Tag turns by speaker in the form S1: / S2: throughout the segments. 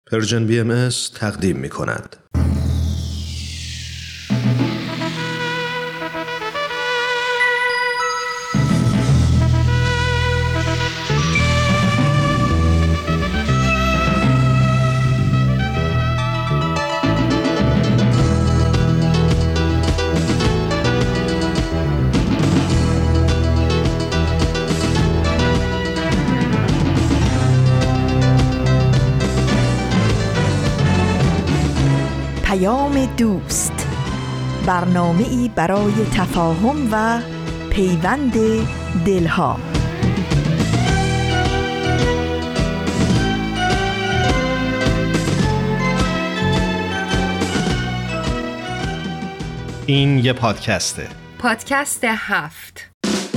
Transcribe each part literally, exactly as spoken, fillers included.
S1: پرژن بی ام اس تقدیم می کند.
S2: دوست، برنامه‌ای برای تفاهم و پیوند دلها.
S1: این یه پادکسته.
S3: پادکست هفت.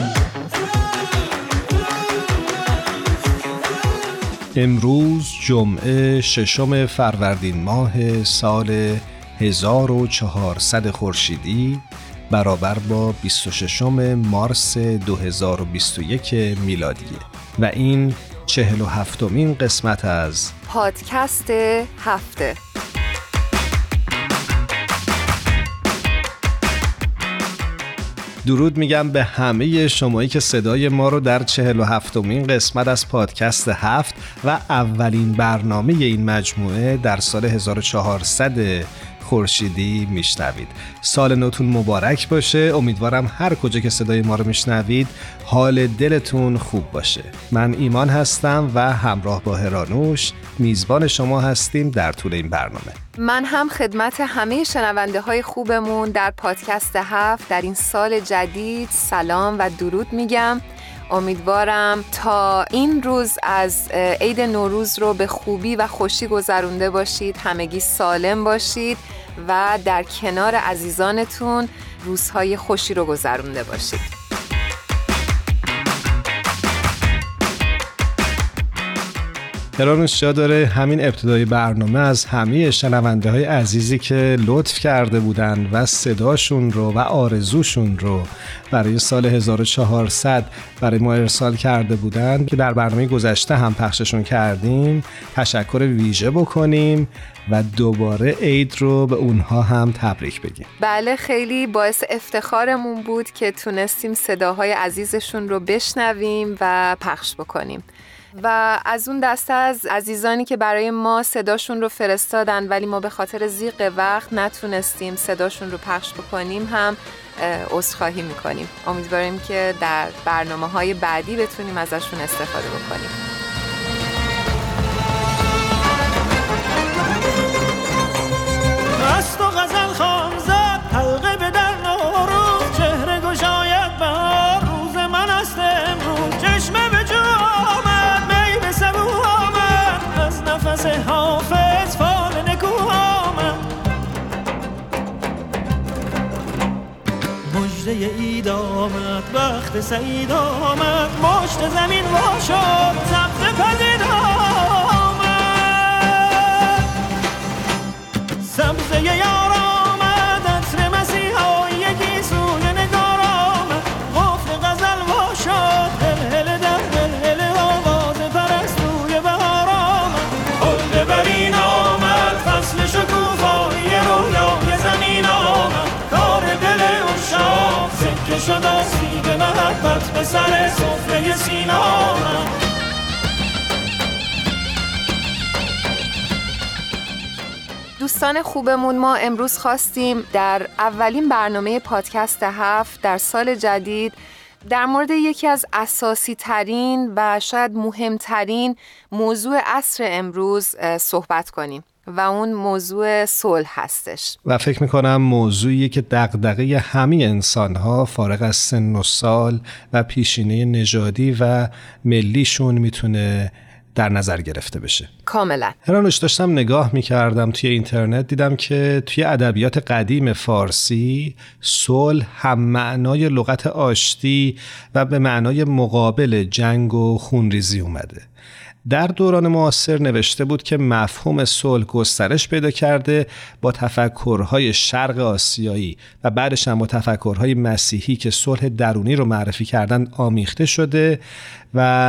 S1: امروز جمعه ششم فروردین ماه سال هزار و چهارصد خورشیدی برابر با بیست و ششم مارس دو هزار و بیست و یک میلادیه و این چهل و هفتمین قسمت از
S3: پادکست هفته.
S1: درود میگم به همه شمایی که صدای ما رو در چهل و هفتمین قسمت از پادکست هفت و اولین برنامه این مجموعه در سال هزار و چهارصد خورشیدی میشنوید. سال نوتون مبارک باشه. امیدوارم هر کجا که صدای ما رو میشنوید حال دلتون خوب باشه. من ایمان هستم و همراه با هرانوش میزبان شما هستیم در طول این برنامه.
S3: من هم خدمت همه شنونده های خوبمون در پادکست هفت در این سال جدید سلام و درود میگم. امیدوارم تا این روز از عید نوروز رو به خوبی و خوشی گذرونده باشید، همگی سالم باشید و در کنار عزیزانتون روزهای خوشی رو گذرونده باشید.
S1: هرانوش جا داره همین ابتدای برنامه از همه شنونده های عزیزی که لطف کرده بودن و صداشون رو و آرزوشون رو برای سال هزار و چهارصد برای ما ارسال کرده بودن که در برنامه گذشته هم پخششون کردیم تشکر ویژه بکنیم و دوباره عید رو به اونها هم تبریک بگیم.
S3: بله، خیلی باعث افتخارمون بود که تونستیم صداهای عزیزشون رو بشنویم و پخش بکنیم. و از اون دسته از عزیزانی که برای ما صداشون رو فرستادن ولی ما به خاطر ضیق وقت نتونستیم صداشون رو پخش بکنیم هم عذرخواهی میکنیم. امیدواریم که در برنامه‌های بعدی بتونیم ازشون استفاده بکنیم.
S4: مست و غزل خام زد حلقه به در نوروز، چهره گشاید بهار روز من است امروز. چشمه به جو آمد می به سبو آمد، از نفس حافظ فال نکو آمد. مژده عید آمد وقت سعید آمد، مشت زمین وا شد سبز پدید آمد. سبزه یار آمد عطر مسیحا یکی سوی نگار آمد. قفل غزل وا شد هل هل در هل هل آواز پرستوی بهار آمد. گل برین آمد فصل شکوفایی رویای زمین آمد. کار دل عشاق سکه شد آسیب محبت به سر سفره سینا آمد.
S3: دوستان خوبمون، ما امروز خواستیم در اولین برنامه پادکست هفت در سال جدید در مورد یکی از اساسی ترین و شاید مهمترین موضوع عصر امروز صحبت کنیم و اون موضوع صلح هستش
S1: و فکر میکنم موضوعیه که دغدغه همه انسان‌ها فارغ از سن و سال و پیشینه نژادی و ملیشون میتونه در نظر گرفته بشه.
S3: کاملا.
S1: هرانوش داشتم نگاه میکردم توی اینترنت، دیدم که توی ادبیات قدیم فارسی صلح هم معنای لغت آشتی و به معنای مقابل جنگ و خونریزی اومده. در دوران معاصر نوشته بود که مفهوم صلح گسترش پیدا کرده با تفکرهای شرق آسیایی و بعدش هم با تفکرهای مسیحی که صلح درونی رو معرفی کردن آمیخته شده و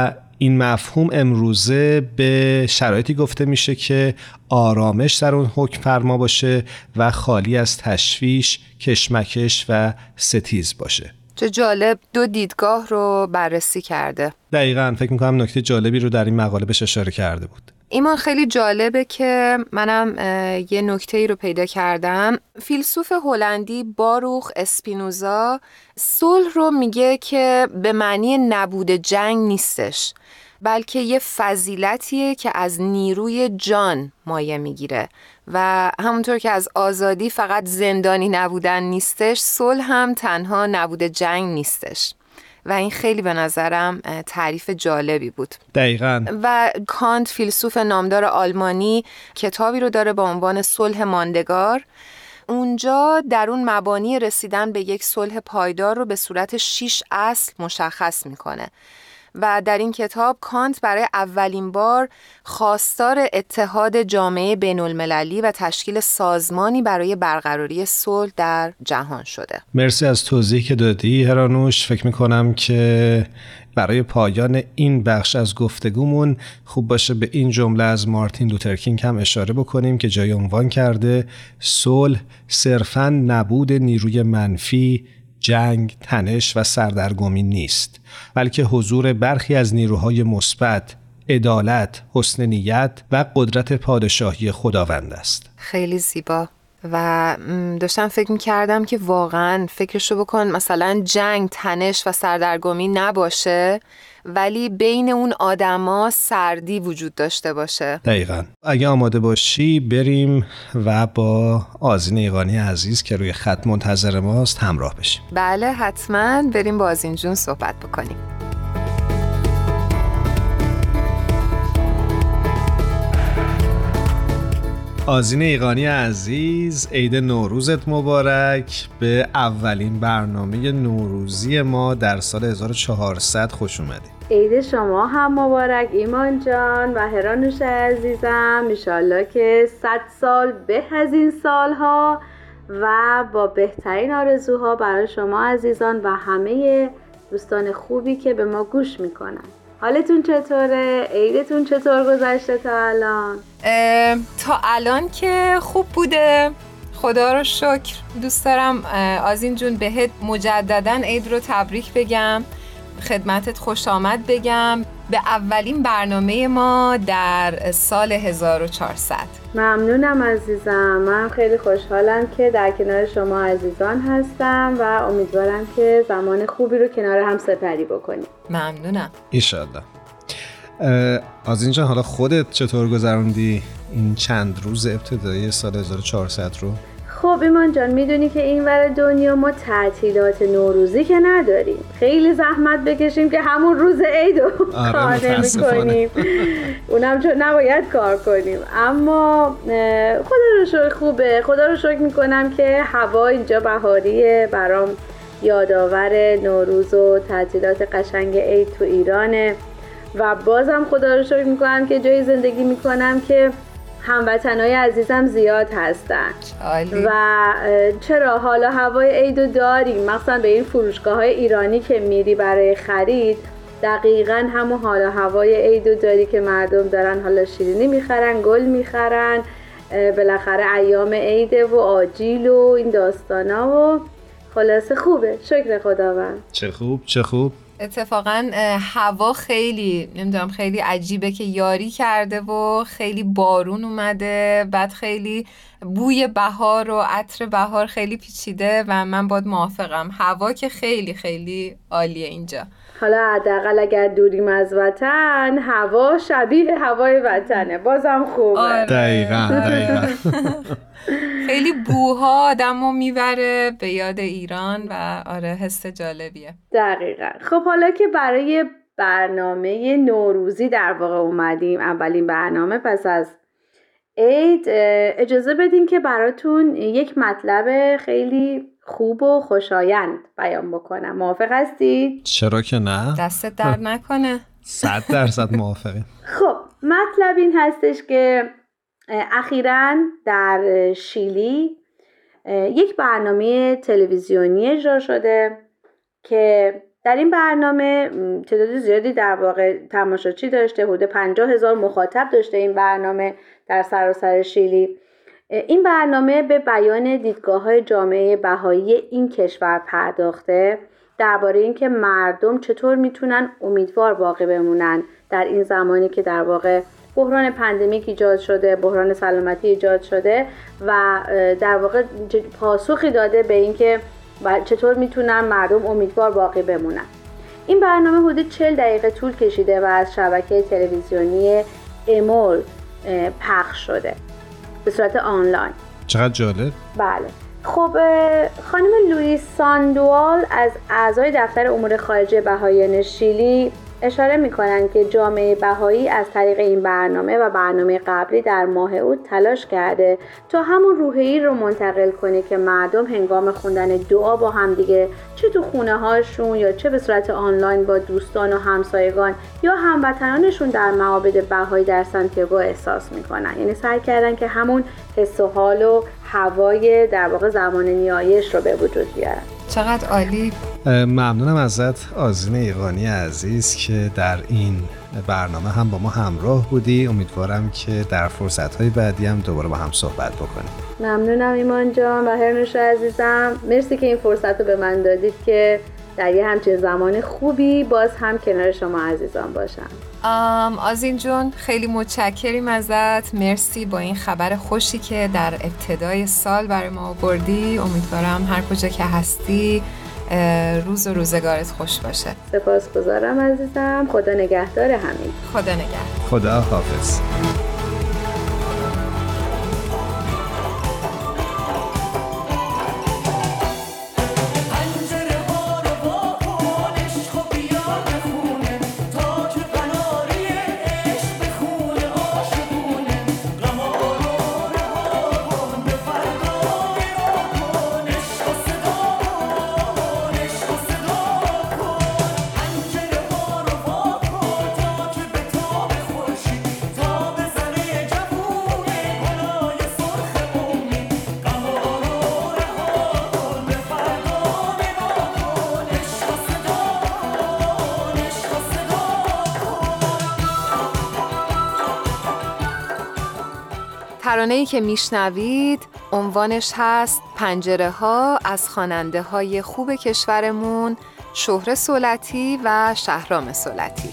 S1: این مفهوم امروزه به شرایطی گفته میشه که آرامش در اون حکم فرما باشه و خالی از تشویش، کشمکش و ستیز باشه.
S3: چه جالب، دو دیدگاه رو بررسی کرده.
S1: دقیقاً، فکر میکنم نکته جالبی رو در این مقاله بهش اشاره کرده بود.
S3: ایمان خیلی جالبه که منم یه نکته‌ای رو پیدا کردم. فیلسوف هلندی باروخ اسپینوزا صلح رو میگه که به معنی نبود جنگ نیستش، بلکه یه فضیلتیه که از نیروی جان مایه میگیره و همونطور که از آزادی فقط زندانی نبودن نیستش، صلح هم تنها نبود جنگ نیستش و این خیلی به نظرم تعریف جالبی بود.
S1: دقیقاً.
S3: و کانت فیلسوف نامدار آلمانی کتابی رو داره با عنوان صلح ماندگار. اونجا در اون مبانی رسیدن به یک صلح پایدار رو به صورت شش اصل مشخص میکنه و در این کتاب کانت برای اولین بار خواستار اتحاد جامعه بین المللی و تشکیل سازمانی برای برقراری صلح در جهان شده.
S1: مرسی از توضیحی که دادی هرانوش. فکر میکنم که برای پایان این بخش از گفتگومون خوب باشه به این جمله از مارتین لوتر کینگ هم اشاره بکنیم که جای عنوان کرده صلح صرفاً نبود نیروی منفی، جنگ، تنش و سردرگمی نیست، بلکه حضور برخی از نیروهای مثبت، عدالت، حسن نیت و قدرت پادشاهی خداوند است.
S3: خیلی زیبا. و داشتم فکر می‌کردم که واقعاً فکرشو بکن مثلا جنگ، تنش و سردرگمی نباشه ولی بین اون آدما سردی وجود داشته باشه.
S1: دقیقاً. اگه آماده باشی بریم و با آذین ایقانی عزیز که روی خط منتظر ماست همراه بشیم.
S3: بله حتماً، بریم با آذین جون صحبت بکنیم.
S1: آذین ایقانی عزیز، عید نوروزت مبارک. به اولین برنامه نوروزی ما در سال هزار و چهارصد خوش اومدی.
S5: عید شما هم مبارک ایمان جان و هرانوش عزیزم. انشالله که صد سال به از این سالها و با بهترین آرزوها برای شما عزیزان و همه دوستان خوبی که به ما گوش میکنن. حالتون چطوره؟ عیدتون چطور گذشته تا الان؟
S3: تا الان که خوب بوده، خدا رو شکر. دوست دارم آذین جون بهت مجدداً عید رو تبریک بگم، خدمتت خوش آمد بگم به اولین برنامه ما در سال هزار و چهارصد.
S5: ممنونم عزیزم. من خیلی خوشحالم که در کنار شما عزیزان هستم و امیدوارم که زمان خوبی رو کنار هم سپری بکنیم.
S3: ممنونم.
S1: ایشالله. آذین جان، حالا خودت چطور گذروندی این چند روز ابتدایی سال هزار و چهارصد رو؟
S5: خب ایمان جان، میدونی که این ور دنیا ما تعطیلات نوروزی که نداریم. خیلی زحمت بکشیم که همون روز عید رو کار نمی کنیم. اونم چون نباید کار کنیم. اما خدا رو شکر خوبه. خدا رو شکر میکنم که هوا اینجا بهاریه، برام یادآور نوروز و تعطیلات قشنگ عید تو ایرانه و بازم خدا رو شکر میکنم که جای زندگی میکنم که هموطنای عزیزم زیاد هستن.
S3: عالی.
S5: و چرا حالا هوای عیدو داریم، مثلا به این فروشگاه های ایرانی که میری برای خرید دقیقاً همون حالا هوای عیدو داری که مردم دارن حالا شیرینی میخرن، گل میخرن، بالاخره ایام عیده و آجیل و این داستانا و خلاصه خوبه. شکر خداوند.
S1: چه خوب چه خوب.
S3: اتفاقا هوا خیلی نمیدونم خیلی عجیبه که یاری کرده و خیلی بارون اومده، بعد خیلی بوی بهار و عطر بهار خیلی پیچیده و من باید موافقم. هوا که خیلی خیلی عالیه اینجا.
S5: حالا حداقل اگر دوریم از وطن هوا شبیه هوای وطنه، بازم خوبه.
S3: آره.
S1: دقیقاً دقیقاً.
S3: خیلی بوها آدمو میبره به یاد ایران و آره حس جالبیه.
S5: دقیقاً. خب حالا که برای برنامه نوروزی در واقع اومدیم، اولین برنامه پس از عید، اجازه بدین که براتون یک مطلب خیلی خوب و خوشایند بیان بکنم. موافق هستید؟
S1: چرا که نه؟
S3: دستت درد نکنه.
S1: صد درصد موافقه.
S5: خب مطلب این هستش که اخیراً در شیلی یک برنامه تلویزیونی اجرا شده که در این برنامه تعداد زیادی در واقع تماشاچی داشته، حدود پنجاه هزار مخاطب داشته این برنامه در سراسر شیلی. این برنامه به بیان دیدگاه‌های جامعه بهایی این کشور پرداخته درباره اینکه مردم چطور میتونن امیدوار باقی بمونن در این زمانی که در واقع بحران پندمیک ایجاد شده، بحران سلامتی ایجاد شده و در واقع پاسخی داده به اینکه چطور میتونن مردم امیدوار باقی بمونن. این برنامه حدود چهل دقیقه طول کشیده و از شبکه تلویزیونی امول پخش شده به صورت آنلاین.
S1: چقدر جالب.
S5: بله. خب خانم لوئیس ساندوال از اعضای دفتر امور خارجه بهاییان شیلی اشاره می‌کنند که جامعه بهایی از طریق این برنامه و برنامه قبلی در ماه اوت تلاش کرده تا همون روحیه‌ای رو منتقل کنه که مردم هنگام خوندن دعا با همدیگه چه تو خونه هاشون یا چه به صورت آنلاین با دوستان و همسایگان یا هموطنانشون در معابد بهایی در سانتیاگو احساس می‌کنن. یعنی سعی کردن که همون حس و حال و هوای در واقع زمان نیایش رو به وجود بیارن.
S3: چقدر عالی.
S1: ممنونم ازت آذین ایقانی عزیز که در این برنامه هم با ما همراه بودی. امیدوارم که در فرصت‌های بعدی هم دوباره با هم صحبت بکنیم.
S5: ممنونم ایمان جان و هرنوش عزیزم. مرسی که این فرصت رو به من دادید که در یه همچین زمان خوبی باز هم کنار شما عزیزان باشم.
S3: آذین جون خیلی متشکریم ازت. مرسی با این خبر خوشی که در ابتدای سال برای ما آوردی. امیدوارم هر کجا که هستی روز و روزگارت خوش باشه.
S5: سپاسگزارم عزیزم. خدا نگهدار همین.
S3: خدا نگهدار.
S1: خدا حافظ.
S3: ترانه‌ای که میشنوید عنوانش هست پنجره ها از خواننده های خوب کشورمون شهره صولتی و شهرام صولتی.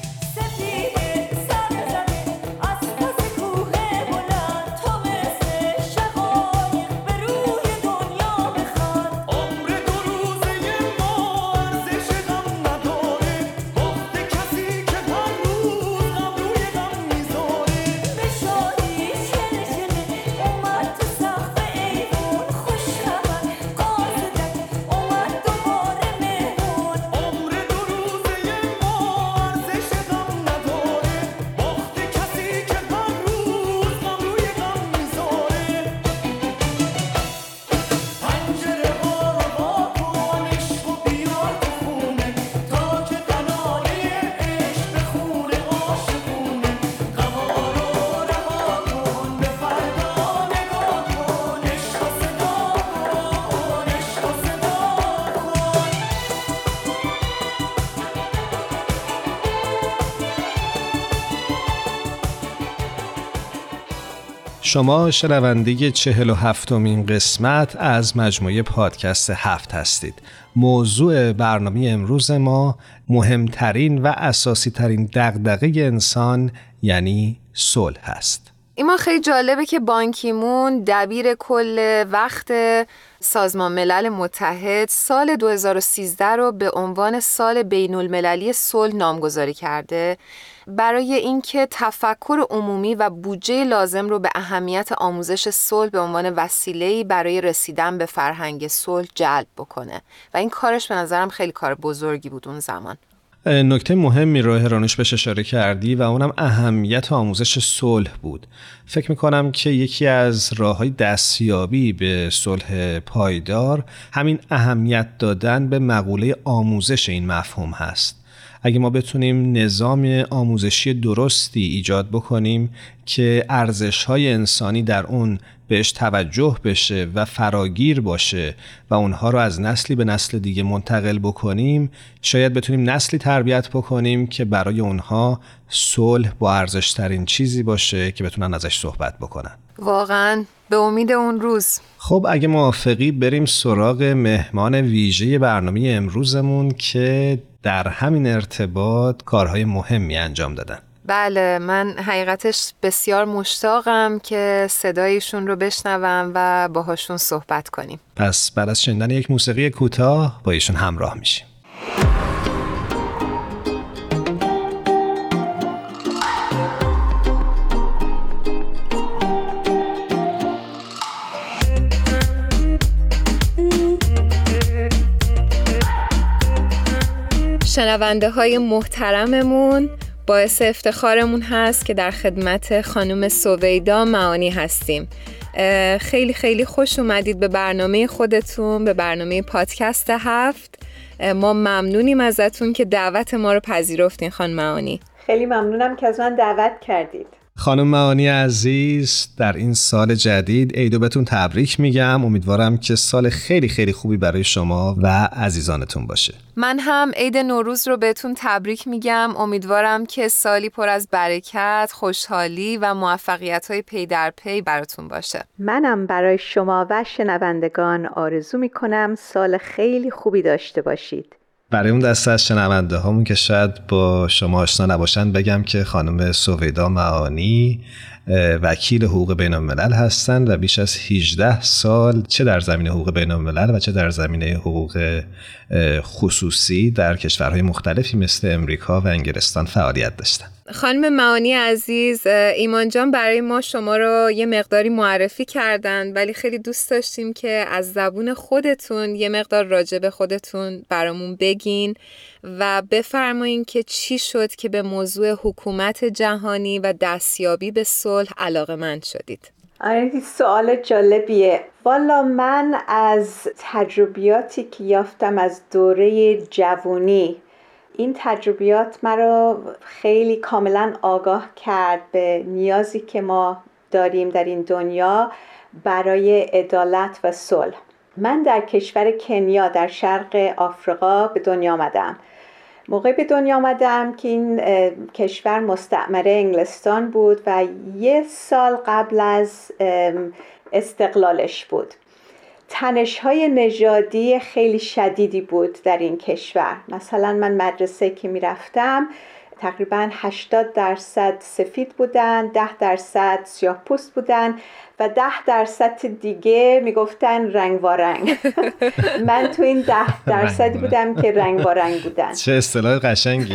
S1: شما شنونده چهل و هفتمین قسمت از مجموعه پادکست هفت هستید. موضوع برنامه امروز ما مهمترین و اساسی ترین دغدغه انسان یعنی صلح هست.
S3: ایما خیلی جالبه که بان کی مون دبیر کل وقت سازمان ملل متحد سال دو هزار و سیزده رو به عنوان سال بین المللی صلح نامگذاری کرده برای اینکه تفکر عمومی و بودجه لازم رو به اهمیت آموزش صلح به عنوان وسیله‌ای برای رسیدن به فرهنگ صلح جلب بکنه و این کارش به نظرم خیلی کار بزرگی بود اون زمان.
S1: نکته مهمی رو هرانوش بهش اشاره کردی و اونم اهمیت آموزش صلح بود. فکر میکنم که یکی از راه‌های دستیابی به صلح پایدار همین اهمیت دادن به مقوله آموزش این مفهوم هست. اگه ما بتونیم نظام آموزشی درستی ایجاد بکنیم که ارزش‌های انسانی در اون بهش توجه بشه و فراگیر باشه و اونها رو از نسلی به نسل دیگه منتقل بکنیم، شاید بتونیم نسلی تربیت بکنیم که برای اونها صلح با ارزش‌ترین چیزی باشه که بتونن ازش صحبت بکنن.
S3: واقعاً به امید اون روز.
S1: خب اگه موافقی بریم سراغ مهمان ویژه برنامه امروزمون که در همین ارتباط کارهای مهمی انجام دادن.
S3: بله، من حقیقتش بسیار مشتاقم که صدایشون رو بشنوم و باهاشون صحبت کنیم.
S1: پس بعد از شنیدن یک موسیقی کوتاه با ایشون همراه میشیم.
S3: شنونده های محترممون، باعث افتخارمون هست که در خدمت خانم سویدا معانی هستیم. خیلی خیلی خوش اومدید به برنامه خودتون، به برنامه پادکست هفت. ما ممنونیم ازتون که دعوت ما رو پذیرفتین خانم معانی.
S5: خیلی ممنونم که از من دعوت کردید.
S1: خانم معانی عزیز، در این سال جدید عیدو بهتون تبریک میگم. امیدوارم که سال خیلی خیلی خوبی برای شما و عزیزانتون باشه.
S3: من هم عید نوروز رو بهتون تبریک میگم. امیدوارم که سالی پر از برکت، خوشحالی و موفقیت‌های پی در پی براتون باشه.
S2: منم برای شما و شنوندگان آرزو میکنم سال خیلی خوبی داشته باشید.
S1: برای اون دسته از شنونده هامون که شاید با شما آشنا نباشن بگم که خانم سویدا معانی وکیل حقوق بین الملل هستند و بیش از هجده سال چه در زمینه حقوق بین الملل و چه در زمینه حقوق خصوصی در کشورهای مختلفی مثل امریکا و انگلستان فعالیت داشتن.
S3: خانم معانی عزیز، ایمان جان برای ما شما رو یه مقداری معرفی کردن، ولی خیلی دوست داشتیم که از زبون خودتون یه مقدار راجع به خودتون برامون بگین و بفرمایین که چی شد که به موضوع حکومت جهانی و دستیابی به صلح علاقه‌مند شدید.
S5: این سوال جالبیه. والا من از تجربیاتی که یافتم از دوره جوانی، این تجربیات مرا خیلی کاملا آگاه کرد به نیازی که ما داریم در این دنیا برای عدالت و صلح. من در کشور کنیا در شرق آفریقا به دنیا آمدم. موقع به دنیا آمدم که این کشور مستعمره انگلستان بود و یه سال قبل از استقلالش بود. تنش‌های نژادی خیلی شدیدی بود در این کشور. مثلا من مدرسه که میرفتم تقریباً هشتاد درصد سفید بودن، ده درصد سیاه پوست بودن و ده درصد دیگه میگفتن رنگ و رنگ. من تو این ده درصدی بودم که رنگ و رنگ بودن.
S1: چه اصطلاح قشنگی.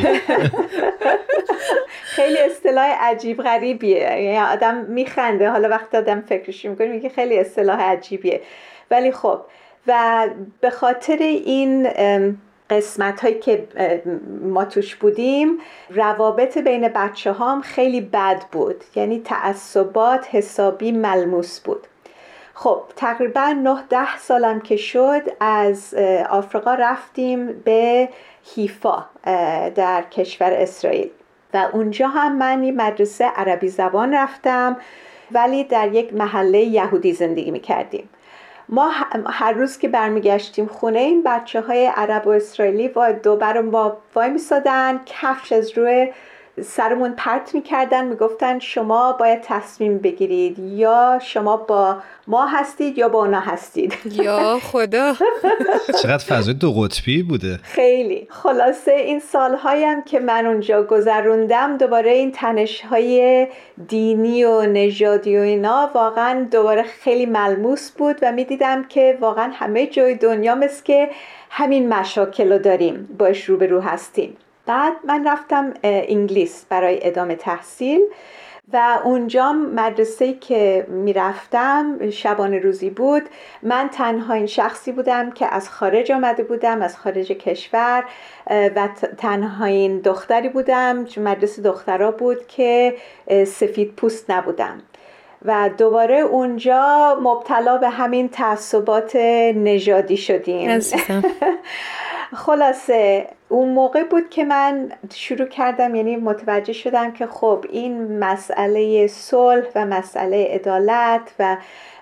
S5: خیلی اصطلاح عجیب غریبیه، یعنی آدم میخنده حالا وقتی آدم فکرش میکنه میگه خیلی اصطلاح عجیبیه، ولی خب و به خاطر این قسمت هایی که ما توش بودیم روابط بین بچه هام خیلی بد بود، یعنی تعصبات حسابی ملموس بود. خب تقریبا نه ده سالم که شد از آفریقا رفتیم به حیفا در کشور اسرائیل و اونجا هم من یه مدرسه عربی زبان رفتم ولی در یک محله یهودی زندگی میکردیم. ما هر روز که برمیگشتیم خونه این بچه های عرب و اسرائیلی و دوباره ما وای میسادن، کفش از روی سرمون پرت میکردن، میگفتن شما باید تصمیم بگیرید، یا شما با ما هستید یا با اونا هستید.
S3: یا خدا.
S1: چقدر فضای دو قطبی بوده.
S5: خیلی. خلاصه این سالهایم که من اونجا گذروندم دوباره این تنش‌های دینی و نژادی و اینا واقعا دوباره خیلی ملموس بود و میدیدم که واقعا همه جای دنیا مثل که همین مشاکل رو داریم، باش روبرو هستیم. بعد من رفتم انگلیس برای ادامه تحصیل و اونجا مدرسه‌ای که میرفتم شبانه روزی بود. من تنها این شخصی بودم که از خارج آمده بودم، از خارج کشور، و تنها این دختری بودم، مدرسه دخترها بود که سفید پوست نبودم و دوباره اونجا مبتلا به همین تعصبات نژادی شدیم. خلاصه
S2: اون موقع بود که من شروع کردم، یعنی متوجه شدم که خب این مسئله صلح و مسئله عدالت و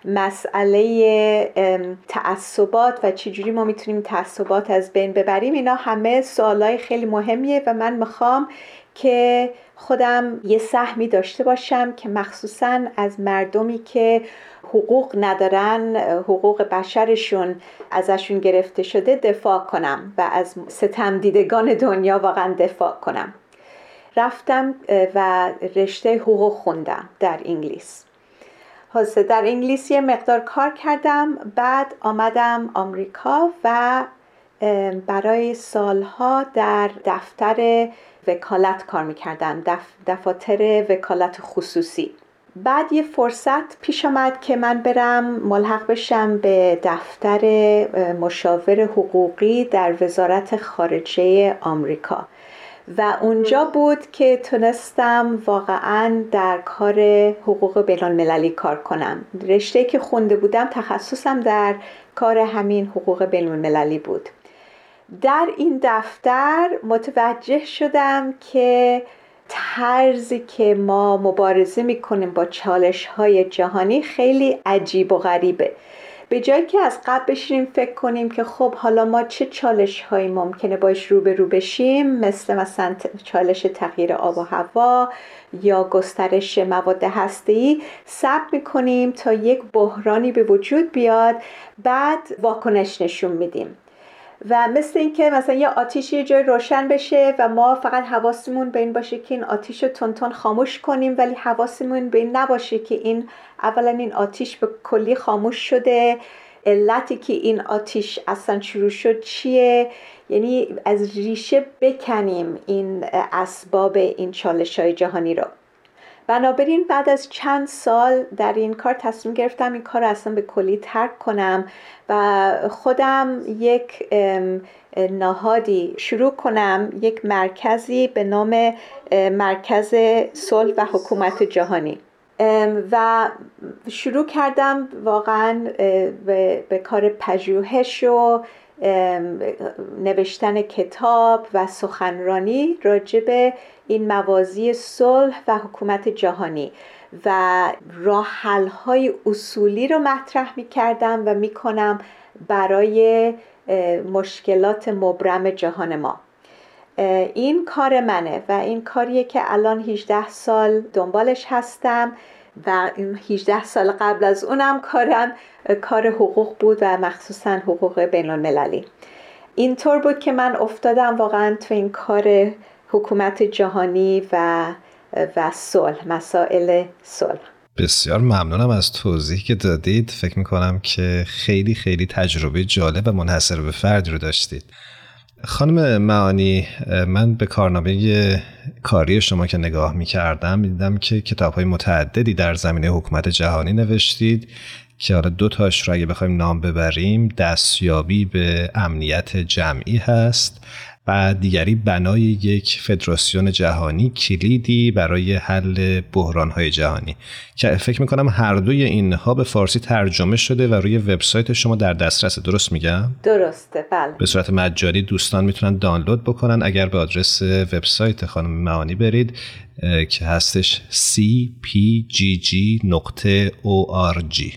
S2: مسئله تعصبات و چجوری ما میتونیم تعصبات از بین ببریم، اینا همه سوالای خیلی مهمیه و من میخوام که خودم یه سهمی داشته باشم که مخصوصاً از مردمی که حقوق ندارن، حقوق بشرشون ازشون گرفته شده دفاع کنم و از ستم دیدگان دنیا واقعا دفاع کنم. رفتم و رشته حقوق خوندم در انگلیس. حاضر در انگلیس یه مقدار کار کردم، بعد آمدم آمریکا و برای سالها در دفتر وکالت کار میکردم، دف... دفاتر وکالت خصوصی. بعد یه فرصت پیش آمد که من برم ملحق بشم به دفتر مشاور حقوقی در وزارت خارجه آمریکا و اونجا بود که تونستم واقعاً در کار حقوق بین المللی کار کنم. رشته که خونده بودم تخصصم در کار همین حقوق بین المللی بود. در این دفتر متوجه شدم که طرزی که ما مبارزه میکنیم با چالش‌های جهانی خیلی عجیب و غریبه. به جایی که از قبل بشینیم فکر کنیم که خب حالا ما چه چالش‌هایی ممکنه باش روبرو بشیم، مثل مثلا چالش تغییر آب و هوا یا گسترش مواد هسته‌ای، صبر میکنیم تا یک بحرانی به وجود بیاد، بعد واکنش نشون میدیم. و مثل این که مثلا یه آتیش یه جای روشن بشه و ما فقط حواسمون به این باشه که این آتیش رو تون تون خاموش کنیم، ولی حواسمون به این نباشه که این اولا این آتیش به کلی خاموش شده، علتی که این آتیش اصلا شروع شد چیه، یعنی از ریشه بکنیم این اسباب این چالش‌های جهانی رو. بنابراین بعد از چند سال در این کار تصمیم گرفتم این کار رو اصلا به کلی ترک کنم و خودم یک نهادی شروع کنم، یک مرکزی به نام مرکز صلح و حکومت جهانی و شروع کردم واقعا به, به کار پژوهش و نوشتن کتاب و سخنرانی راجع به این موازی صلح و حکومت جهانی و راه حل های اصولی رو مطرح می کردم و می کنم برای مشکلات مبرم جهان ما. این کار منه و این کاریه که الان هجده سال دنبالش هستم و این هجده سال قبل از اونم کارم کار حقوق بود و مخصوصا حقوق بین المللی. اینطور بود که من افتادم واقعا تو این کار حکومت جهانی و و صلح، مسائل صلح.
S1: بسیار ممنونم از توضیحی که دادید. فکر میکنم که خیلی خیلی تجربه جالب و منحصر به فرد رو داشتید. خانم معانی، من به کارنامه کاری شما که نگاه میکردم دیدم که کتاب‌های متعددی در زمینه حکومت جهانی نوشتید که حالا دو تاش رو اگه بخوایم نام ببریم، دستیابی به امنیت جمعی هست و دیگری بنای یک فدراسیون جهانی، کلیدی برای حل بحران‌های جهانی، که فکر می‌کنم هر دوی اینها به فارسی ترجمه شده و روی وبسایت شما در دسترس. درست میگم؟
S2: درسته، بله.
S1: به صورت مجانی دوستان میتونن دانلود بکنن اگر به آدرس وبسایت خانم معانی برید که هستش سی پی جی جی دات او آر جی.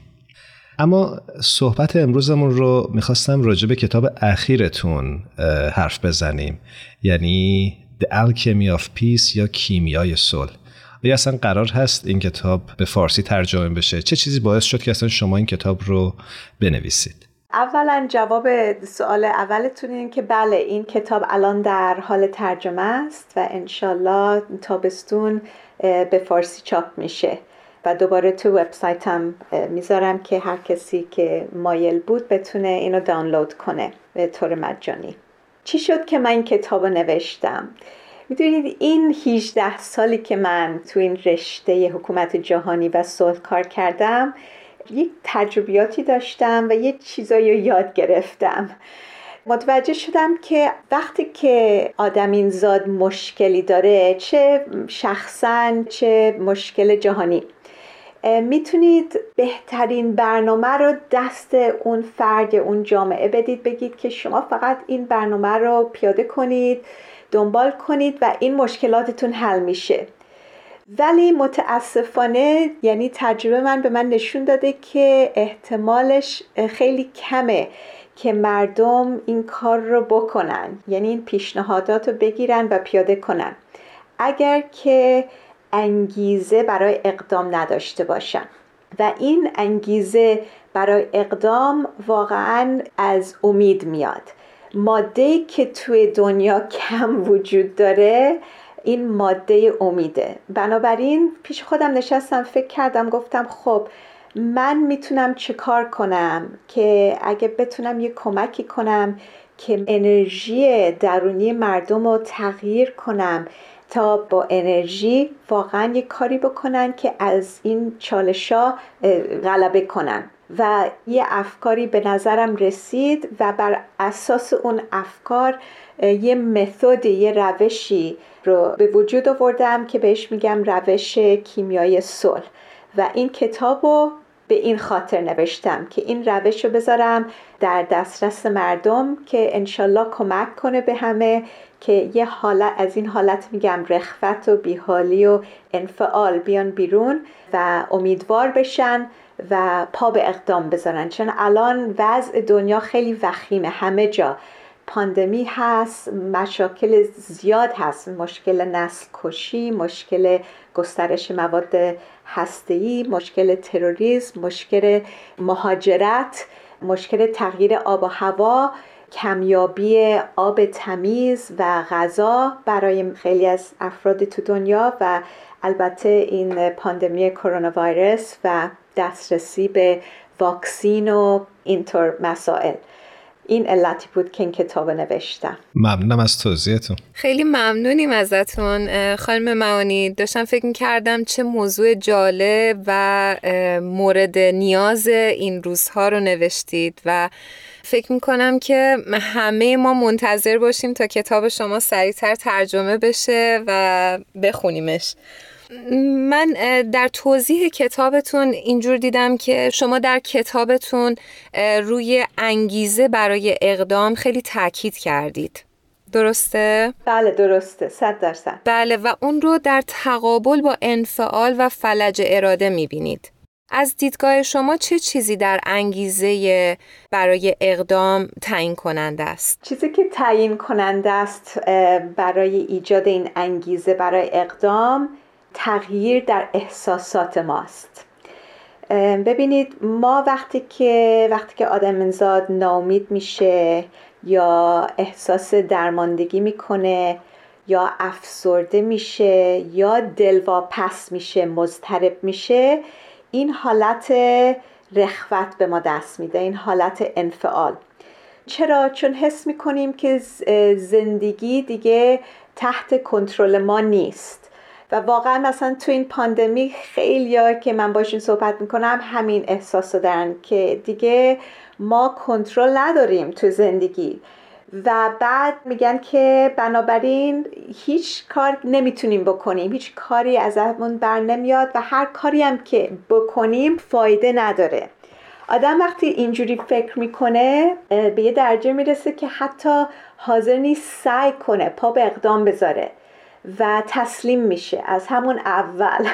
S1: اما صحبت امروزمون رو میخواستم راجع به کتاب اخیرتون حرف بزنیم، یعنی The Alchemy of Peace یا کیمیای صلح. آیا اصلا قرار هست این کتاب به فارسی ترجمه بشه؟ چه چیزی باعث شد که اصلا شما این کتاب رو بنویسید؟
S2: اولا جواب سوال اولتون این که بله، این کتاب الان در حال ترجمه است و انشالله تابستون به فارسی چاپ میشه و دوباره تو وبسایتم میذارم که هر کسی که مایل بود بتونه اینو دانلود کنه به طور مجانی. چی شد که من این کتابو نوشتم؟ میدونید این هجده سالی که من تو این رشته حکومت جهانی و صلح کار کردم، یک تجربیاتی داشتم و یه چیزایی رو یاد گرفتم. متوجه شدم که وقتی که آدمیزاد مشکلی داره، چه شخصاً چه مشکل جهانی، میتونید بهترین برنامه رو دست اون فرد، اون جامعه بدید، بگید که شما فقط این برنامه رو پیاده کنید، دنبال کنید و این مشکلاتتون حل میشه. ولی متاسفانه یعنی تجربه من به من نشون داده که احتمالش خیلی کمه که مردم این کار رو بکنن، یعنی این پیشنهادات رو بگیرن و پیاده کنن، اگر که انگیزه برای اقدام نداشته باشن. و این انگیزه برای اقدام واقعا از امید میاد. ماده‌ای که توی دنیا کم وجود داره این ماده امیده. بنابراین پیش خودم نشستم، فکر کردم، گفتم خب من میتونم چه کار کنم که اگه بتونم یه کمکی کنم که انرژی درونی مردم رو تغییر کنم تا با انرژی واقعا یه کاری بکنن که از این چالش‌ها غلبه کنن. و یه افکاری به نظرم رسید و بر اساس اون افکار یه متدی، یه روشی رو به وجود آوردم که بهش میگم روش کیمیایی صلح. و این کتابو به این خاطر نوشتم که این روش رو بذارم در دسترس مردم که انشالله کمک کنه به همه که یه حالت از این حالت میگم رخوت و بیحالی و انفعال بیان بیرون و امیدوار بشن و پا به اقدام بذارن. چون الان وضع دنیا خیلی وخیمه، همه جا پاندمی هست، مشاکل زیاد هست، مشکل نسل کشی، مشکل گسترش مواد هسته‌ای، مشکل تروریسم، مشکل مهاجرت، مشکل تغییر آب و هوا، کمیابی آب تمیز و غذا برای خیلی از افراد تو دنیا و البته این پاندمی کرونا ویروس و دسترسی به واکسین و اینطور مسائل. این علتی بود که این کتاب نوشتم.
S1: ممنونم از توضیحتون.
S3: خیلی ممنونیم ازتون خانم معانی. داشتم فکر می‌کردم چه موضوع جالب و مورد نیاز این روزها رو نوشتید و فکر میکنم که همه ما منتظر باشیم تا کتاب شما سریعتر ترجمه بشه و بخونیمش. من در توضیح کتابتون اینجور دیدم که شما در کتابتون روی انگیزه برای اقدام خیلی تاکید کردید. درسته؟
S2: بله درسته، صد درصد.
S3: بله، و اون رو در تقابل با انفعال و فلج اراده میبینید. از دیدگاه شما چه چیزی در انگیزه برای اقدام تعیین کننده است؟
S2: چیزی که تعیین کننده است برای ایجاد این انگیزه برای اقدام تغییر در احساسات ماست. ببینید ما وقتی که وقتی که آدمزاد ناامید میشه یا احساس درماندگی میکنه یا افسرده میشه یا دلواپس میشه، مضطرب میشه، این حالت رخوت به ما دست میده، این حالت انفعال. چرا؟ چون حس میکنیم که زندگی دیگه تحت کنترل ما نیست. و واقعا مثلا تو این پاندمی خیلی‌ها که من باشون صحبت میکنم همین احساس دارن که دیگه ما کنترل نداریم تو زندگی و بعد میگن که بنابراین هیچ کار نمیتونیم بکنیم، هیچ کاری ازمون بر نمیاد و هر کاری هم که بکنیم فایده نداره. آدم وقتی اینجوری فکر میکنه به یه درجه میرسه که حتی حاضر نیست سعی کنه پا به اقدام بذاره و تسلیم میشه از همون اول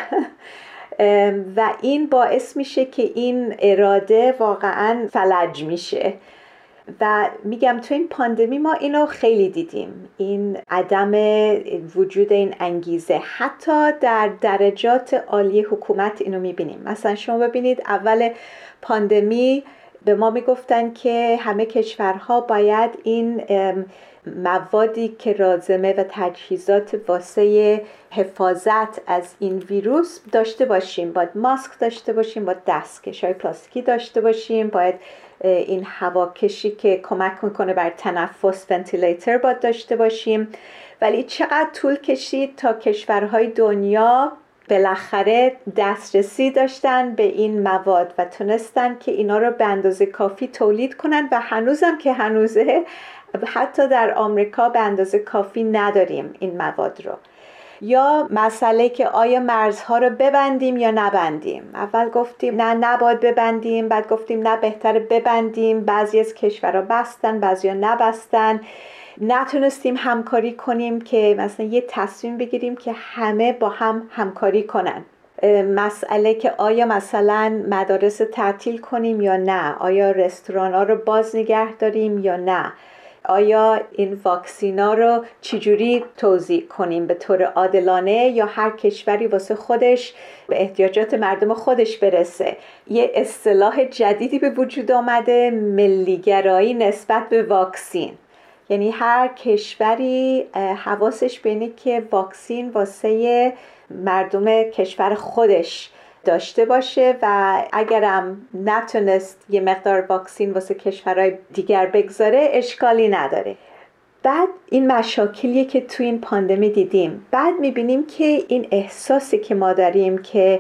S2: و این باعث میشه که این اراده واقعا فلج میشه. و میگم تو این پاندمی ما اینو خیلی دیدیم، این عدم وجود این انگیزه. حتی در درجات عالی حکومت اینو میبینیم. مثلا شما ببینید اول پاندمی به ما میگفتن که همه کشورها باید این موادی که لازمه و تجهیزات واسه حفاظت از این ویروس داشته باشیم، باید ماسک داشته باشیم، باید دستکش‌های پلاستیکی داشته باشیم، باید این هواکشی که کمک میکنه بر تنفس ونتیلیتر باید داشته باشیم. ولی چقدر طول کشید تا کشورهای دنیا بالاخره دسترسی داشتن به این مواد و تونستن که اینا رو به اندازه کافی تولید کنن و هنوزم که هنوزه حتی در آمریکا به اندازه کافی نداریم این مواد رو. یا مسئله که آیا مرزها رو ببندیم یا نبندیم. اول گفتیم نه نباید ببندیم، بعد گفتیم نه بهتره ببندیم. بعضی از کشورها بستن، بعضی ها نبستن. نتونستیم همکاری کنیم که مثلا یه تصمیم بگیریم که همه با هم همکاری کنن. مسئله که آیا مثلا مدارس تعطیل کنیم یا نه، آیا رستوران ها رو باز نگه داریم یا نه، آیا این واکسینا رو چجوری توزیع کنیم به طور عادلانه یا هر کشوری واسه خودش به احتیاجات مردم خودش برسه. یه اصطلاح جدیدی به وجود آمده، ملیگرایی نسبت به واکسین. یعنی هر کشوری حواسش به اینه که واکسین واسه مردم کشور خودش داشته باشه و اگرم نتونست یه مقدار واکسین واسه کشورهای دیگر بگذاره اشکالی نداره. بعد این مشاکلیه که تو این پاندمی دیدیم. بعد میبینیم که این احساسی که ما داریم که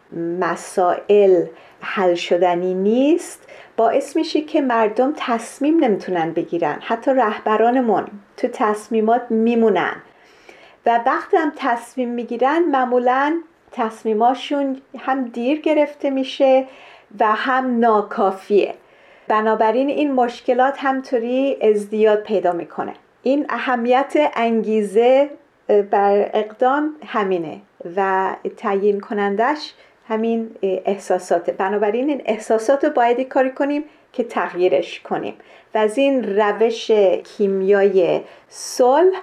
S2: مسائل حل شدنی نیست باعث میشه که مردم تصمیم نمیتونن بگیرن. حتی رهبرانمون تو تصمیمات میمونن و وقتی هم تصمیم میگیرن معمولاً تصمیماشون هم دیر گرفته میشه و هم ناکافیه. بنابراین این مشکلات همطوری ازدیاد پیدا میکنه. این اهمیت انگیزه بر اقدام همینه و تعیین کنندش همین احساساته. بنابراین این احساسات رو باید کاری کنیم که تغییرش کنیم و از این روش کیمیای صلح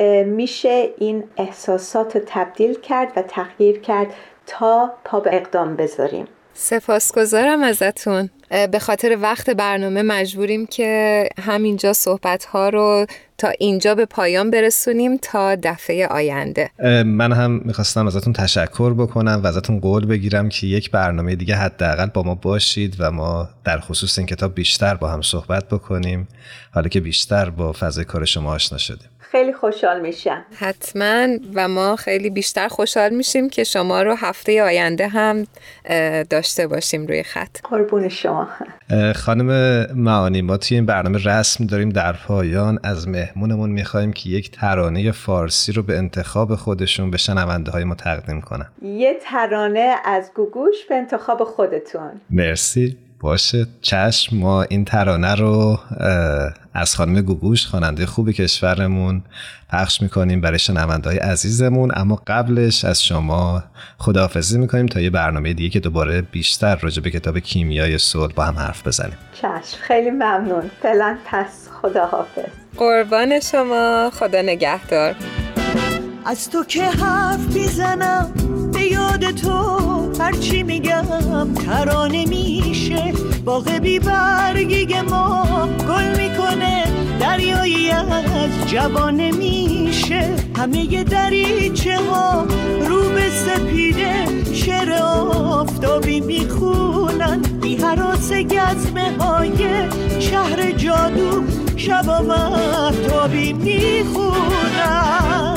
S2: میشه این احساسات رو تبدیل کرد و تغییر کرد تا پا به اقدام بذاریم.
S3: سپاسگزارم ازتون. به خاطر وقت برنامه مجبوریم که همینجا صحبت‌ها رو تا اینجا به پایان برسونیم تا دفعه آینده.
S1: من هم میخواستم ازتون تشکر بکنم و ازتون قول بگیرم که یک برنامه دیگه حداقل با ما باشید و ما در خصوص این کتاب بیشتر با هم صحبت بکنیم، حالا که بیشتر با فضای کار شما آشنا شدیم.
S2: خیلی خوشحال میشم.
S3: حتما و ما خیلی بیشتر خوشحال میشیم که شما رو هفته آینده هم داشته باشیم روی خط.
S2: قربون شما.
S1: خانم معانی، ما توی این برنامه رسم داریم در پایان از مهمونمون میخوایم که یک ترانه فارسی رو به انتخاب خودشون به شنونده های ما تقدیم کنن.
S2: یه ترانه از گوگوش به انتخاب خودتون.
S1: مرسی. باشه، چشم. ما این ترانه رو از خانم گوگوش، خواننده خوب کشورمون، پخش میکنیم برای شنونده‌های عزیزمون. اما قبلش از شما خداحافظی میکنیم تا یه برنامه دیگه که دوباره بیشتر راجع به کتاب کیمیای صلح با هم حرف بزنیم.
S2: چشم، خیلی ممنون. فعلا پس خداحافظ.
S3: قربان شما، خدا نگهدار.
S4: از تو که حرف میزنم به یاد تو هرچی میگم ترانه میشه. باغ بی برگی ما گل میکنه، دریایی از جوانه میشه. همه دریچه ها رو به سپیده شعر آفتابی میخونن. بی هراس گزمه های شهر جادو شبا مهتابی میخونن.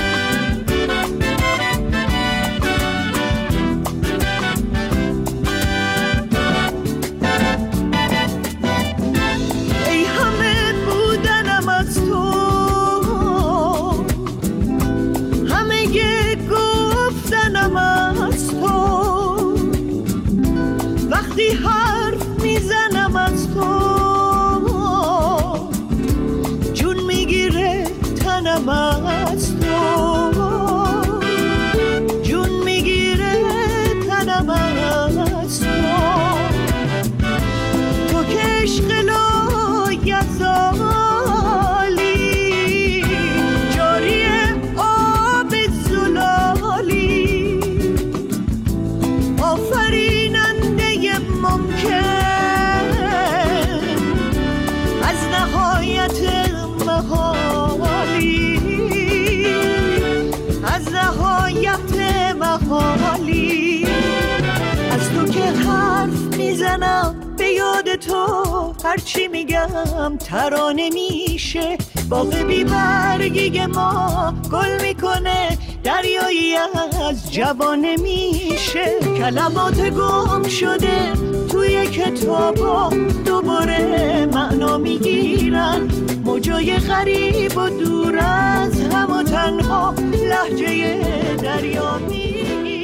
S4: به یاد تو هرچی میگم ترانه میشه. باغ بی برگی ما گل میکنه، دریایی از جوانه میشه. کلمات گم شده توی کتابا دوباره معنا میگیرن. موجای غریب و دور از هم و تنها لهجه دریا میرم.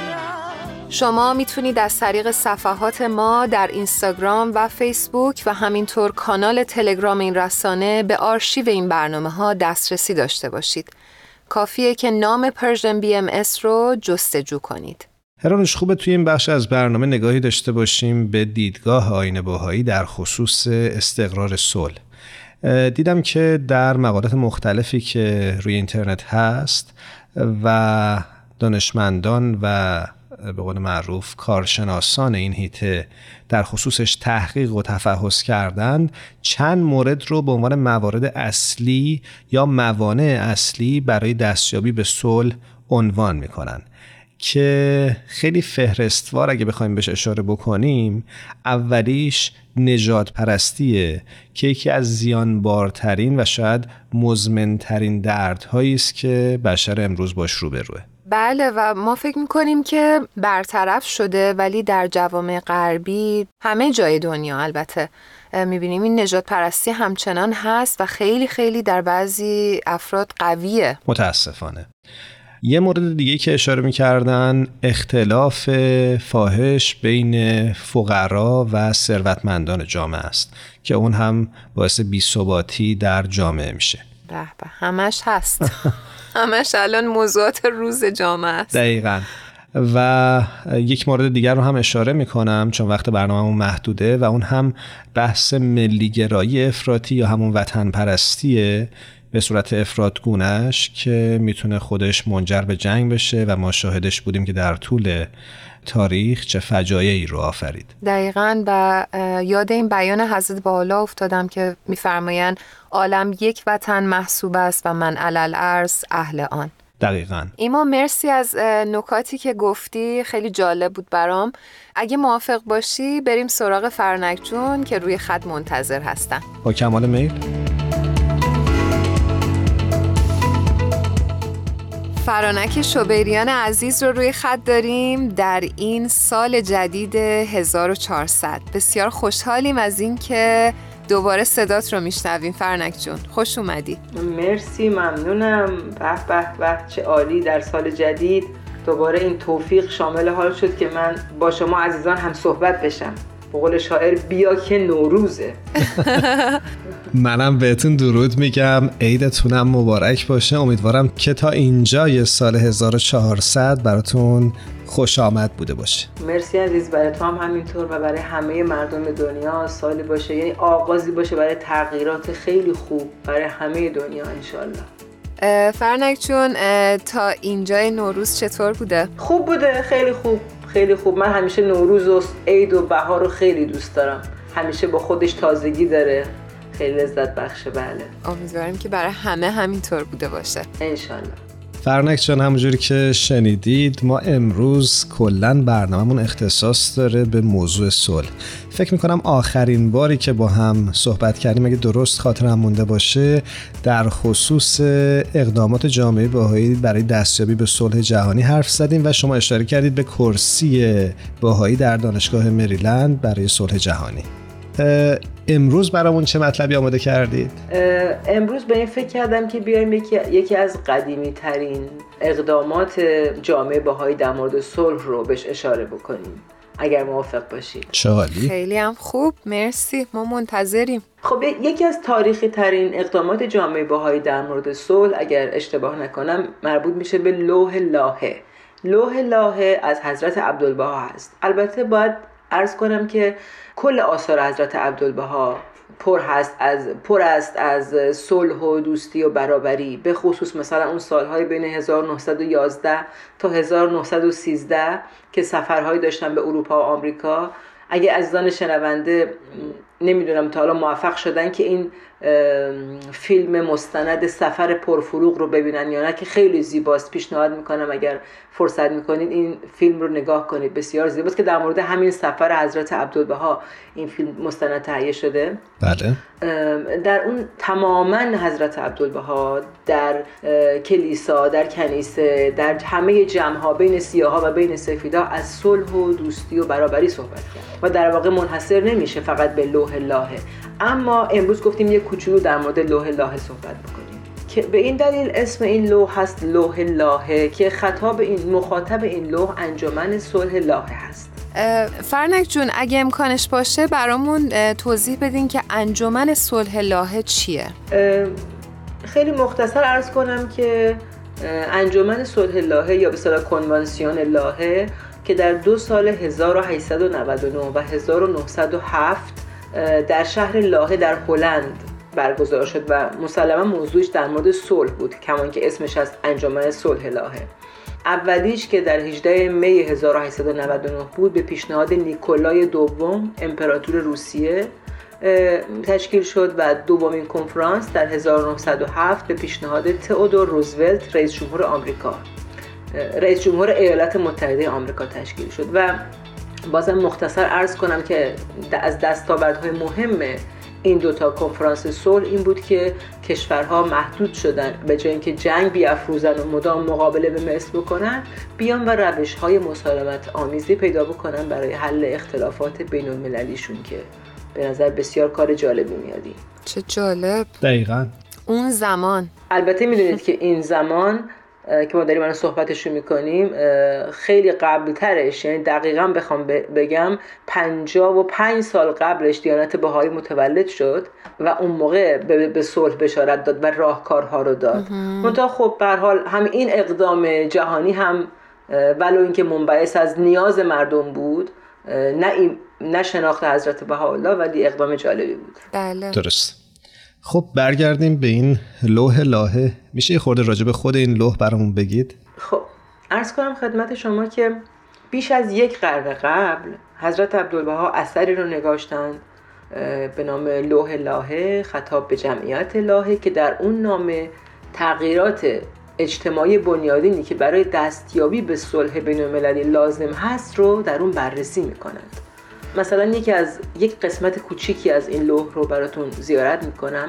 S3: شما میتونید از طریق صفحات ما در اینستاگرام و فیسبوک و همینطور کانال تلگرام این رسانه به آرشیو این برنامه ها دسترسی داشته باشید. کافیه که نام پرژن بی ام اس رو جستجو کنید.
S1: هرانوش، خوبه توی این بخش از برنامه نگاهی داشته باشیم به دیدگاه آیین بهایی در خصوص استقرار صلح. دیدم که در مقالات مختلفی که روی اینترنت هست و دانشمندان و به قول معروف کارشناسان این حیطه در خصوصش تحقیق و تفحص کردند، چند مورد رو به عنوان موارد اصلی یا موانع اصلی برای دستیابی به صلح عنوان میکنن که خیلی فهرستوار اگه بخوایم بهش اشاره بکنیم. اولیش نژاد پرستیه که یکی از زیانبارترین و شاید مزمنترین دردهایی است که بشر امروز باش روبروه.
S3: بله، و ما فکر میکنیم که برطرف شده، ولی در جوامع غربی، همه جای دنیا البته، میبینیم این نژاد پرستی همچنان هست و خیلی خیلی در بعضی افراد قویه،
S1: متاسفانه. یه مورد دیگه که اشاره میکردن اختلاف فاحش بین فقرا و ثروتمندان جامعه است که اون هم باعث بی‌ثباتی در جامعه میشه.
S3: به به، همش هست. همش الان موضوعات روز جامعه است.
S1: دقیقاً. و یک مورد دیگر رو هم اشاره میکنم چون وقت برنامه‌مون محدوده و اون هم بحث ملیگرایی افراطی یا همون وطن پرستیه به صورت افراطگونه‌اش که میتونه خودش منجر به جنگ بشه و ما شاهدش بودیم که در طول تاریخ چه فجایعی رو آفرید.
S3: دقیقاً. و یاد این بیان حضرت بهاءالله افتادم که میفرمایند عالم یک وطن محسوب است و من علل ارض اهل آن.
S1: دقیقاً.
S3: ایما مرسی از نکاتی که گفتی، خیلی جالب بود برام. اگه موافق باشی بریم سراغ فرانک جون که روی خط منتظر هستن.
S1: با کمال میل.
S3: فرانک شوبیریان عزیز رو روی خط داریم در این سال جدید هزار و چهارصد. بسیار خوشحالیم از این که دوباره صدات رو میشنویم. فرانک جون خوش اومدی.
S6: مرسی، ممنونم. به به به، چه عالی. در سال جدید دوباره این توفیق شامل حال شد که من با شما عزیزان هم صحبت بشم. به قول شاعر بیا که نوروزه.
S1: منم بهتون درود میگم، عیدتونم مبارک باشه. امیدوارم که تا اینجای سال هزار و چهارصد براتون خوش آمد بوده باشه.
S6: مرسی عزیز، برای تو هم همینطور و برای همه مردم دنیا سالی باشه، یعنی آغازی باشه برای تغییرات خیلی خوب برای همه دنیا انشالله.
S3: فرانک جون تا اینجای نوروز چطور بوده؟
S6: خوب بوده، خیلی خوب، خیلی خوب. من همیشه نوروز و عید و بهار رو خیلی دوست دارم. همیشه با خودش تازگی داره، خیلی لذت بخشه. بله،
S3: امیدواریم که برای همه همینطور بوده باشه
S6: انشالله.
S1: فرانک جان، همونجوری که شنیدید ما امروز کلن برنامه‌مون اختصاص داره به موضوع صلح. فکر میکنم آخرین باری که با هم صحبت کردیم، اگه درست خاطرم مونده باشه، در خصوص اقدامات جامعه بهایی برای دستیابی به صلح جهانی حرف زدیم و شما اشاره کردید به کرسی بهایی در دانشگاه مریلند برای صلح جهانی. امروز برامون چه مطلبی آماده کردید؟
S6: امروز به این فکر کردم که بیایم یکی, یکی از قدیمی ترین اقدامات جامعه بهایی در مورد صلح رو بهش اشاره بکنیم، اگر موافق باشید.
S1: چالی؟
S3: خیلی هم خوب، مرسی، ما منتظریم.
S6: خب یکی از تاریخی ترین اقدامات جامعه بهایی در مورد صلح، اگر اشتباه نکنم، مربوط میشه به لوح لاهه. لوح لاهه از حضرت عبدالبها هست. البته باید عرض کنم که کل آثار حضرت عبدالبها پر هست از پر است از صلح و دوستی و برابری، به خصوص مثلا اون سالهای بین هزار و نهصد و یازده تا هزار و نهصد و سیزده که سفرهایی داشتن به اروپا و آمریکا. اگه عزیزان شنونده نمیدونم تا حالا موفق شدن که این فیلم مستند سفر پرفروغ رو ببینن یا نه، که خیلی زیباست، پیشنهاد میکنم اگر فرصت میکنید این فیلم رو نگاه کنید. بسیار زیباست که در مورد همین سفر حضرت عبدالبها این فیلم مستند تهیه شده.
S1: بله.
S6: در اون تماما حضرت عبدالبها در کلیسا، در کنیسه، در همه جمع‌ها بین سیاها و بین سفیدا از صلح و دوستی و برابری صحبت کرد و در واقع منحصر نمیشه فقط به لوح لاهه. اما امروز گفتیم یک کوچولو در مورد لوح لاهه صحبت بکنیم که به این دلیل اسم این لوح هست لوح لاهه که خطاب این مخاطب این لوح انجمن صلح لاهه هست.
S3: فرنک جون اگه امکانش باشه برامون توضیح بدین که انجمن صلح لاهه چیه؟
S6: خیلی مختصر عرض کنم که انجمن صلح لاهه یا به اصطلاح کنوانسیون لاهه که در دو سال هزار و هشتصد و نود و نه و هزار و نهصد و هفت در شهر لاهه در هلند برگزار شد و مسلما موضوعش در مورد صلح بود، کمان که اسمش از انجمن صلح لاهه. اولیش که در هجدهم می هزار و هشتصد و نود و نه بود به پیشنهاد نیکولای دوم امپراتور روسیه تشکیل شد و دومین کنفرانس در هزار و نهصد و هفت به پیشنهاد تئودور روزولت رئیس جمهور آمریکا رئیس جمهور ایالات متحده آمریکا تشکیل شد. و بازم مختصر عرض کنم که از دستاوردهای مهم این دوتا کنفرانس صلح این بود که کشورها محدود شدن به جای اینکه جنگ بیافروزن و مدام مقابله به مثل بکنن، بیان و روش‌های مسالمت آمیزی پیدا بکنن برای حل اختلافات بین المللیشون که به نظر بسیار کار جالبی میادی.
S3: چه جالب.
S1: دقیقاً
S3: اون زمان.
S6: البته میدونید که این زمان که ما داریم الان صحبتشو میکنیم خیلی قبل ترش، یعنی دقیقاً بخوام بگم پنجاه و پنج سال قبلش دیانت بهایی متولد شد و اون موقع به صلح بشارت داد و راهکارها رو داد. منتها خب به هر حال هم این اقدام جهانی هم ولو اینکه منبعث از نیاز مردم بود، نه این نه شناخت حضرت بهاءالله، ولی اقدام جالبی بود.
S3: بله
S1: درست. خب برگردیم به این لوح لاهه. میشه یه خورده راجع به خود این لوح برامون بگید؟
S6: خب عرض کنم خدمت شما که بیش از یک قرن قبل حضرت عبدالبها اثری رو نگاشتند به نام لوح لاهه، خطاب به جمعیت لاهه، که در اون نامه تغییرات اجتماعی بنیادینی که برای دستیابی به صلح بین المللی لازم هست رو در اون بررسی میکنند. مثلا یکی از یک قسمت کوچیکی از این لوح رو براتون زیارت میکنم.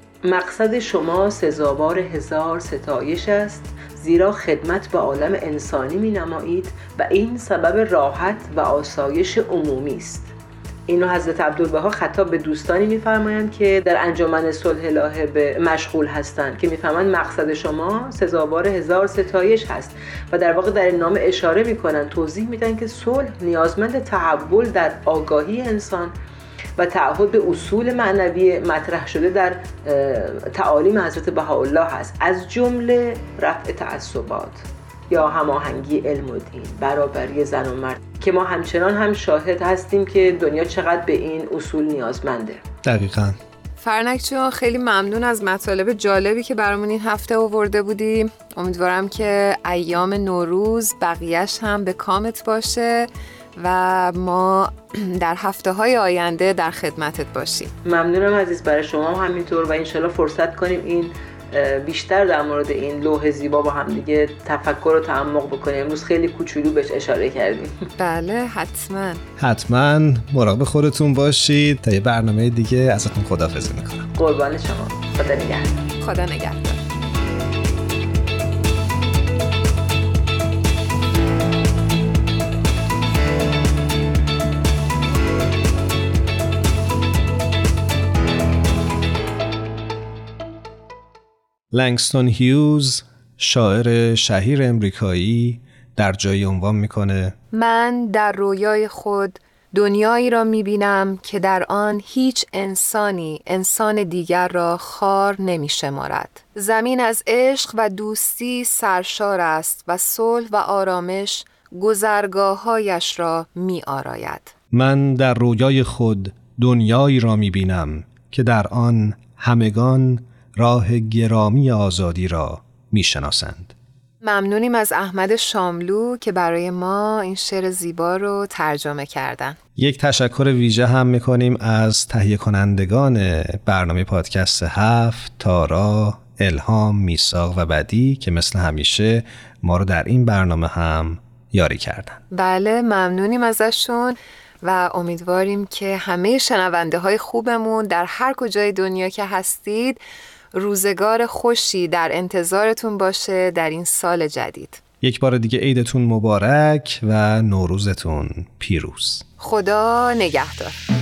S6: مقصد شما سزاوار هزار ستایش است، زیرا خدمت به عالم انسانی می نمایید و این سبب راحت و آسایش عمومی است. اینو حضرت عبدالبها خطاب به دوستانی میفرمایند که در انجمن صلح لاهه به مشغول هستند که میفهمند مقصد شما سزاوار هزار ستایش هست و در واقع در این نامه اشاره میکنن، توضیح میدن که صلح نیازمند تحول در آگاهی انسان و تعهد به اصول معنوی مطرح شده در تعالیم حضرت بهاءالله هست، از جمله رفع تعصبات یا هماهنگی علم و دین، برابری زن و مرد، که ما همچنان هم شاهد هستیم که دنیا چقدر به این اصول نیازمنده.
S1: دقیقاً.
S3: فرنک جون خیلی ممنون از مطالب جالبی که برامون این هفته آورده بودی. امیدوارم که ایام نوروز بقیه‌اش هم به کامت باشه و ما در هفته های آینده در خدمتت باشیم.
S6: ممنونم عزیز، برای شما هم همینطور و انشالله فرصت کنیم این بیشتر در مورد این لوح زیبا با هم دیگه تفکر و تعمق بکنیم. امروز خیلی کوچولو بهش اشاره کردیم.
S3: بله حتما
S1: حتما مراقب خودتون باشید. تا یه برنامه دیگه ازتون خداحافظی میکنم.
S6: قربان شما. خدا نگهدار.
S3: خدا نگهدار.
S1: لنگستون هیوز، شاعر شهیر امریکایی، در جایی عنوان میکنه:
S3: من در رویای خود دنیایی را میبینم که در آن هیچ انسانی انسان دیگر را خار نمیشمارد. زمین از عشق و دوستی سرشار است و صلح و آرامش گذرگاه‌هایش را می‌آراید.
S1: من در رویای خود دنیایی را میبینم که در آن همگان راه گرامی آزادی را میشناسند.
S3: ممنونیم از احمد شاملو که برای ما این شعر زیبا رو ترجمه کردن.
S1: یک تشکر ویژه هم میکنیم از تهیه کنندگان برنامه پادکست هفت، تارا، الهام، میثاق و بدی که مثل همیشه ما رو در این برنامه هم یاری کردن.
S3: بله ممنونیم ازشون و امیدواریم که همه شنونده های خوبمون در هر کجای دنیا که هستید روزگار خوشی در انتظارتون باشه در این سال جدید.
S1: یک بار دیگه عیدتون مبارک و نوروزتون پیروز.
S3: خدا نگهدار.